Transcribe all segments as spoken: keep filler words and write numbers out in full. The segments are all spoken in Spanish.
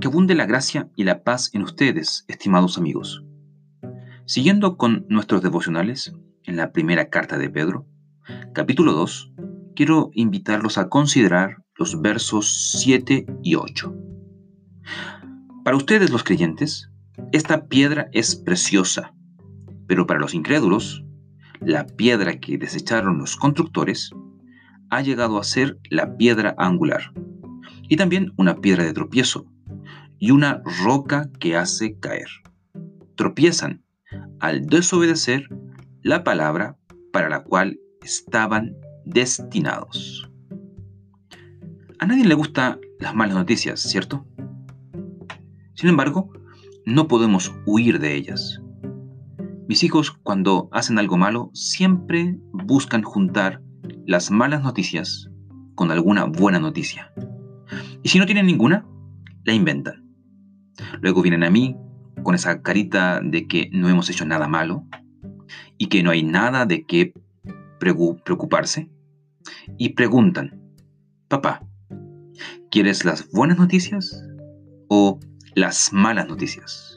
Que abunde la gracia y la paz en ustedes, estimados amigos. Siguiendo con nuestros devocionales, en la primera carta de Pedro, capítulo dos, quiero invitarlos a considerar los versos siete y ocho. Para ustedes los creyentes, esta piedra es preciosa, pero para los incrédulos, la piedra que desecharon los constructores ha llegado a ser la piedra angular, y también una piedra de tropiezo, y una roca que hace caer. Tropiezan al desobedecer la palabra para la cual estaban destinados. A nadie le gustan las malas noticias, ¿cierto? Sin embargo, no podemos huir de ellas. Mis hijos, cuando hacen algo malo, siempre buscan juntar las malas noticias con alguna buena noticia. Y si no tienen ninguna, la inventan. Luego vienen a mí con esa carita de que no hemos hecho nada malo y que no hay nada de qué preocuparse, y preguntan: papá, ¿quieres las buenas noticias o las malas noticias?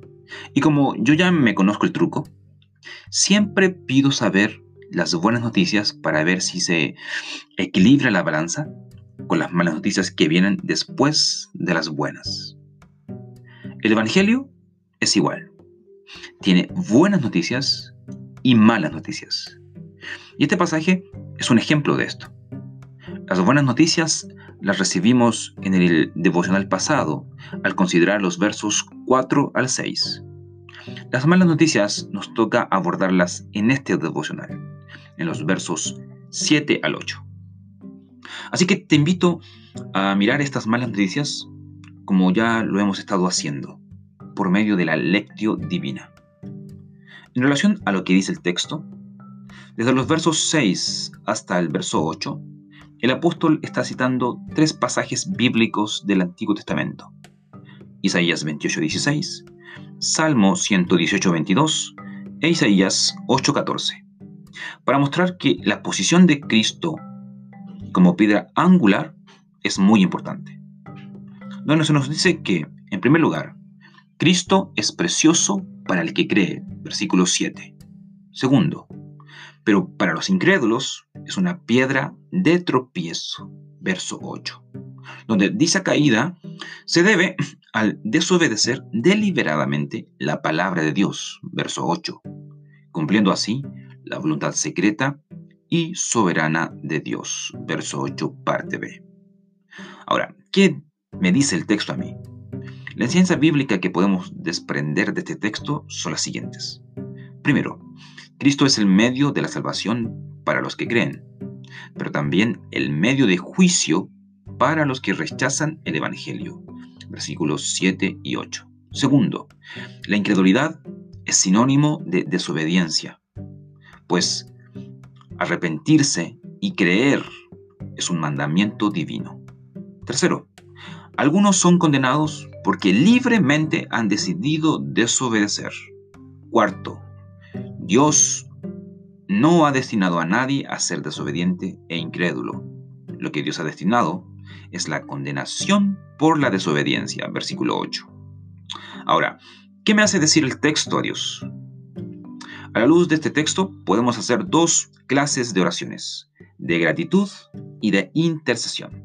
Y como yo ya me conozco el truco, siempre pido saber las buenas noticias para ver si se equilibra la balanza con las malas noticias que vienen después de las buenas. El Evangelio es igual. Tiene buenas noticias y malas noticias. Y este pasaje es un ejemplo de esto. Las buenas noticias las recibimos en el devocional pasado al considerar los versos cuatro al seis. Las malas noticias nos toca abordarlas en este devocional, en los versos siete al ocho. Así que te invito a mirar estas malas noticias como ya lo hemos estado haciendo, por medio de la lectio divina. En relación a lo que dice el texto, desde los versos seis hasta el verso ocho, el apóstol está citando tres pasajes bíblicos del Antiguo Testamento: Isaías veintiocho dieciséis, Salmo ciento dieciocho veintidós e Isaías ocho catorce, para mostrar que la posición de Cristo como piedra angular es muy importante. Donde se nos dice que, en primer lugar, Cristo es precioso para el que cree, versículo siete. Segundo, pero para los incrédulos es una piedra de tropiezo, verso ocho, donde dicha caída se debe al desobedecer deliberadamente la palabra de Dios, verso ocho, cumpliendo así la voluntad secreta y soberana de Dios, verso ocho, parte B. Ahora, ¿qué me dice el texto a mí? La enseñanza bíblica que podemos desprender de este texto son las siguientes. Primero, Cristo es el medio de la salvación para los que creen, pero también el medio de juicio para los que rechazan el Evangelio, versículos siete y ocho. Segundo, la incredulidad es sinónimo de desobediencia, pues arrepentirse y creer es un mandamiento divino. Tercero, algunos son condenados porque libremente han decidido desobedecer. Cuarto, Dios no ha destinado a nadie a ser desobediente e incrédulo. Lo que Dios ha destinado es la condenación por la desobediencia, versículo ocho. Ahora, ¿qué me hace decir el texto a Dios? A la luz de este texto podemos hacer dos clases de oraciones: de gratitud y de intercesión.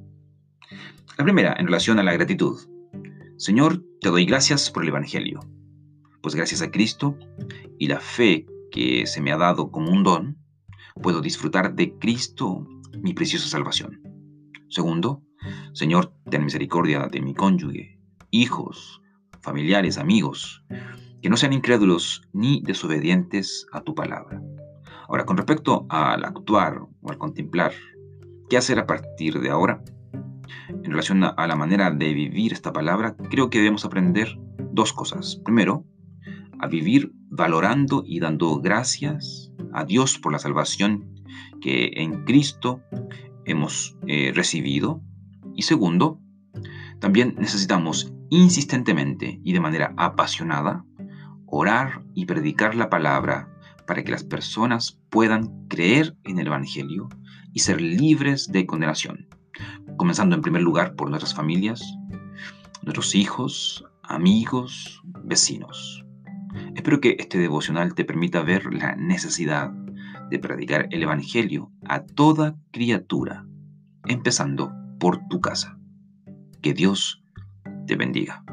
La primera, en relación a la gratitud. Señor, te doy gracias por el Evangelio, pues gracias a Cristo y la fe que se me ha dado como un don, puedo disfrutar de Cristo, mi preciosa salvación. Segundo, Señor, ten misericordia de mi cónyuge, hijos, familiares, amigos, que no sean incrédulos ni desobedientes a tu palabra. Ahora, con respecto al actuar o al contemplar, ¿qué hacer a partir de ahora? En relación a la manera de vivir esta palabra, creo que debemos aprender dos cosas. Primero, a vivir valorando y dando gracias a Dios por la salvación que en Cristo hemos eh, recibido. Y segundo, también necesitamos insistentemente y de manera apasionada orar y predicar la palabra para que las personas puedan creer en el Evangelio y ser libres de condenación, comenzando en primer lugar por nuestras familias, nuestros hijos, amigos, vecinos. Espero que este devocional te permita ver la necesidad de predicar el Evangelio a toda criatura, empezando por tu casa. Que Dios te bendiga.